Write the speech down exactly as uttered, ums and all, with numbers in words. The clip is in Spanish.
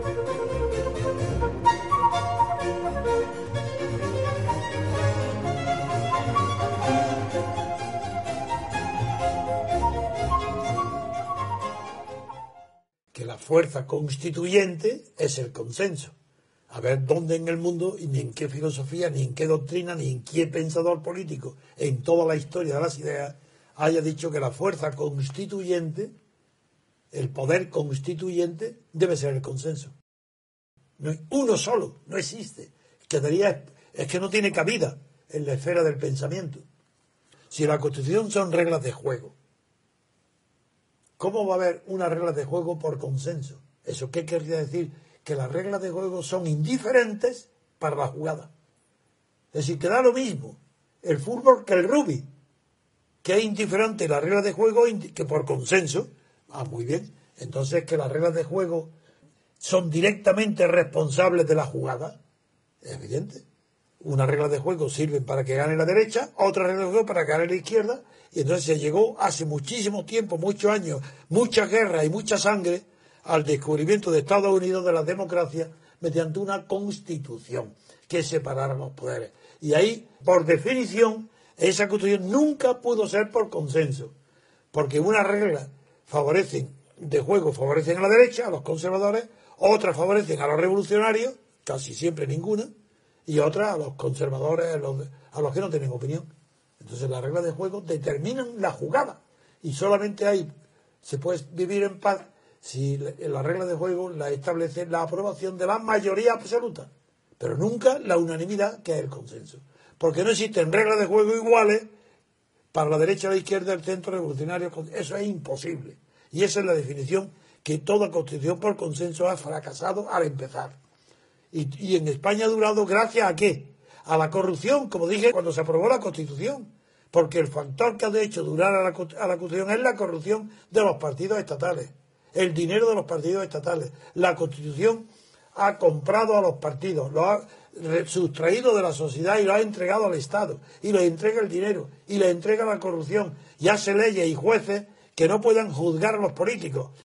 Que la fuerza constituyente es el consenso. A ver dónde en el mundo, y ni en qué filosofía, ni en qué doctrina, ni en qué pensador político, en toda la historia de las ideas, haya dicho que la fuerza constituyente, el poder constituyente, debe ser el consenso. No hay uno solo, no existe. Quedaría, es que no tiene cabida en la esfera del pensamiento. Si la Constitución son reglas de juego, ¿cómo va a haber unas reglas de juego por consenso? ¿Eso qué querría decir? Que las reglas de juego son indiferentes para la jugada. Es decir, que da lo mismo el fútbol que el rugby, que es indiferente las reglas de juego que por consenso. Ah, muy bien. Entonces, que las reglas de juego son directamente responsables de la jugada. Es evidente. Unas reglas de juego sirven para que gane la derecha, otras reglas de juego para que gane la izquierda, y entonces se llegó hace muchísimo tiempo, muchos años, mucha guerra y mucha sangre al descubrimiento de Estados Unidos de la democracia mediante una constitución que separara los poderes. Y ahí, por definición, esa constitución nunca pudo ser por consenso, porque unas reglas favorecen de juego favorecen a la derecha, a los conservadores, otras favorecen a los revolucionarios, casi siempre ninguna, y otras a los conservadores, a los, a los que no tienen opinión. Entonces las reglas de juego determinan la jugada, y solamente hay se puede vivir en paz si las reglas de juego las establece la aprobación de la mayoría absoluta, pero nunca la unanimidad, que es el consenso, porque no existen reglas de juego iguales para la derecha, la izquierda, el centro revolucionario. Eso es imposible, y esa es la definición que toda constitución por consenso ha fracasado al empezar. Y, y en España ha durado gracias a ¿qué? A la corrupción, como dije cuando se aprobó la Constitución, porque el factor que ha hecho durar a la, a la Constitución es la corrupción de los partidos estatales, el dinero de los partidos estatales. La Constitución ha comprado a los partidos, lo ha sustraído de la sociedad y lo ha entregado al Estado, y le entrega el dinero, y le entrega la corrupción, y hace leyes y jueces que no puedan juzgar a los políticos,